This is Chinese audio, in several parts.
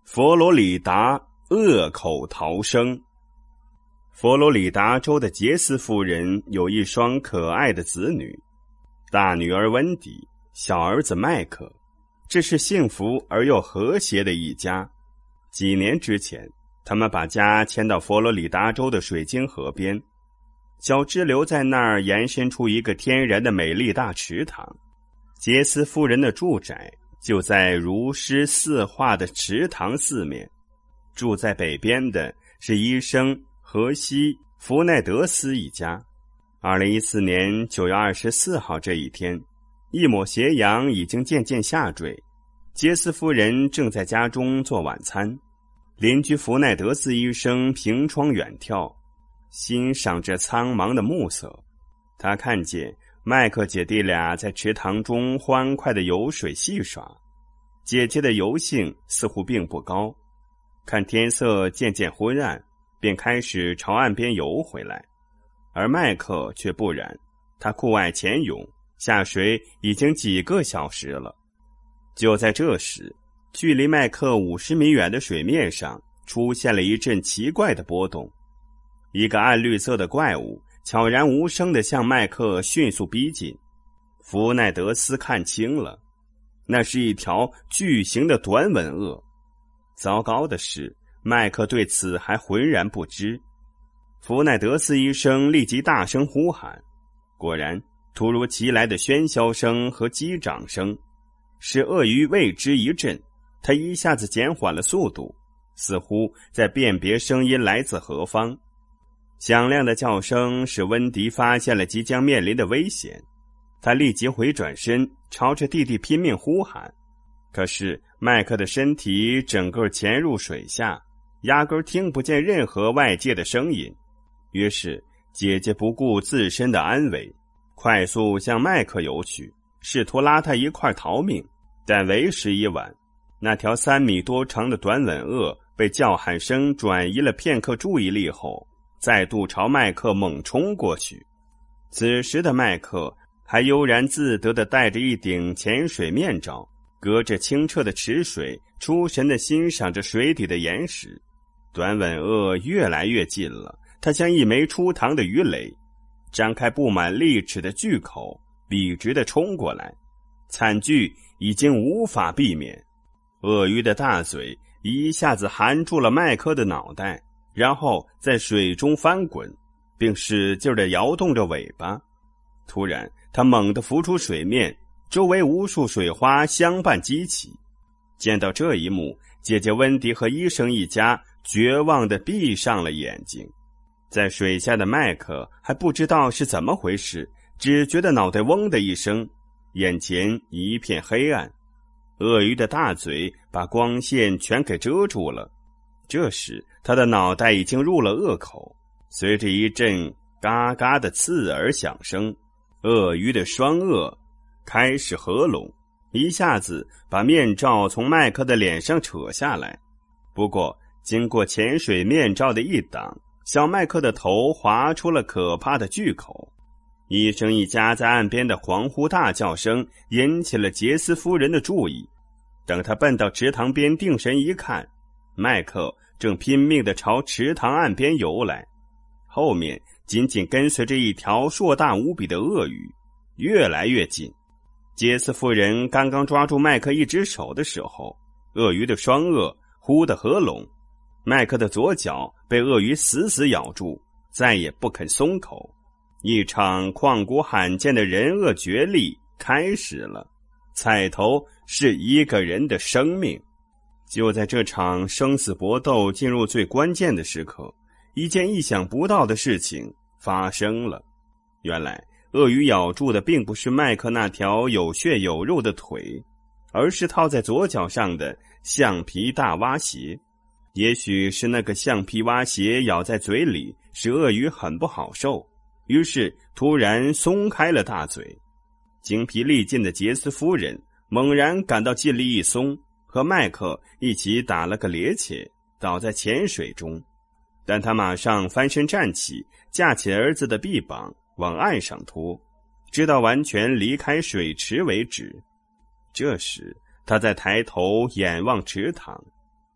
佛罗里达恶口逃生。佛罗里达州的杰斯夫人有一双可爱的子女，大女儿温迪，小儿子麦克。这是幸福而又和谐的一家。几年之前，他们把家迁到佛罗里达州的水晶河边，小支流在那儿延伸出一个天然的美丽大池塘。杰斯夫人的住宅就在如诗似画的池塘四面。住在北边的是医生荷西·弗奈德斯一家。2014年9月24号这一天，一抹斜阳已经渐渐下坠，杰斯夫人正在家中做晚餐。邻居弗奈德斯医生凭窗远眺，欣赏着苍茫的暮色。他看见麦克姐弟俩在池塘中欢快地游水戏耍，姐姐的游性似乎并不高，看天色渐渐昏暗，便开始朝岸边游回来。而麦克却不然，他酷爱潜泳，下水已经几个小时了。就在这时，距离麦克50米远的水面上出现了一阵奇怪的波动，一个暗绿色的怪物悄然无声地向麦克迅速逼近。弗奈德斯看清了，那是一条巨型的短吻鳄。糟糕的是，麦克对此还浑然不知。弗奈德斯医生立即大声呼喊，果然，突如其来的喧嚣声和击掌声使鳄鱼为之一振，他一下子减缓了速度，似乎在辨别声音来自何方。响亮的叫声使温迪发现了即将面临的危险，他立即回转身，朝着弟弟拼命呼喊。可是麦克的身体整个潜入水下，压根听不见任何外界的声音。于是姐姐不顾自身的安危，快速向麦克游去，试图拉他一块逃命，但为时已晚。那条3米多长的短吻鳄被叫喊声转移了片刻注意力后，再度朝麦克猛冲过去。此时的麦克还悠然自得地戴着一顶潜水面罩，隔着清澈的池水出神地欣赏着水底的岩石。短吻鳄越来越近了，它像一枚出膛的鱼雷，张开布满利齿的巨口，笔直地冲过来。惨剧已经无法避免，鳄鱼的大嘴一下子含住了麦克的脑袋，然后在水中翻滚，并使劲地摇动着尾巴。突然，它猛地浮出水面，周围无数水花相伴激起。见到这一幕，姐姐温迪和医生一家绝望地闭上了眼睛。在水下的麦克还不知道是怎么回事，只觉得脑袋嗡的一声，眼前一片黑暗。鳄鱼的大嘴把光线全给遮住了。这时他的脑袋已经入了鳄口，随着一阵嘎嘎的刺耳响声，鳄鱼的双颚开始合拢，一下子把面罩从麦克的脸上扯下来。不过经过潜水面罩的一挡，小麦克的头划出了可怕的巨口。医生一家在岸边的狂呼大叫声引起了杰斯夫人的注意。等他奔到池塘边定神一看，麦克正拼命地朝池塘岸边游来，后面紧紧跟随着一条硕大无比的鳄鱼，越来越近。杰斯夫人刚刚抓住麦克一只手的时候，鳄鱼的双颚忽地合拢，麦克的左脚被鳄鱼死死咬住，再也不肯松口。一场旷古罕见的人鳄决力开始了，彩头是一个人的生命。就在这场生死搏斗进入最关键的时刻，一件意想不到的事情发生了。原来鳄鱼咬住的并不是麦克那条有血有肉的腿，而是套在左脚上的橡皮大蛙鞋。也许是那个橡皮蛙鞋咬在嘴里，使鳄鱼很不好受，于是突然松开了大嘴。精疲力尽的杰斯夫人猛然感到劲力一松，和麦克一起打了个趔趄，倒在浅水中。但他马上翻身站起，架起儿子的臂膀往岸上拖，直到完全离开水池为止。这时他再抬头眼望池塘，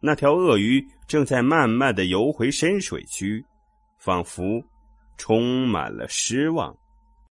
那条鳄鱼正在慢慢地游回深水区，仿佛充满了失望。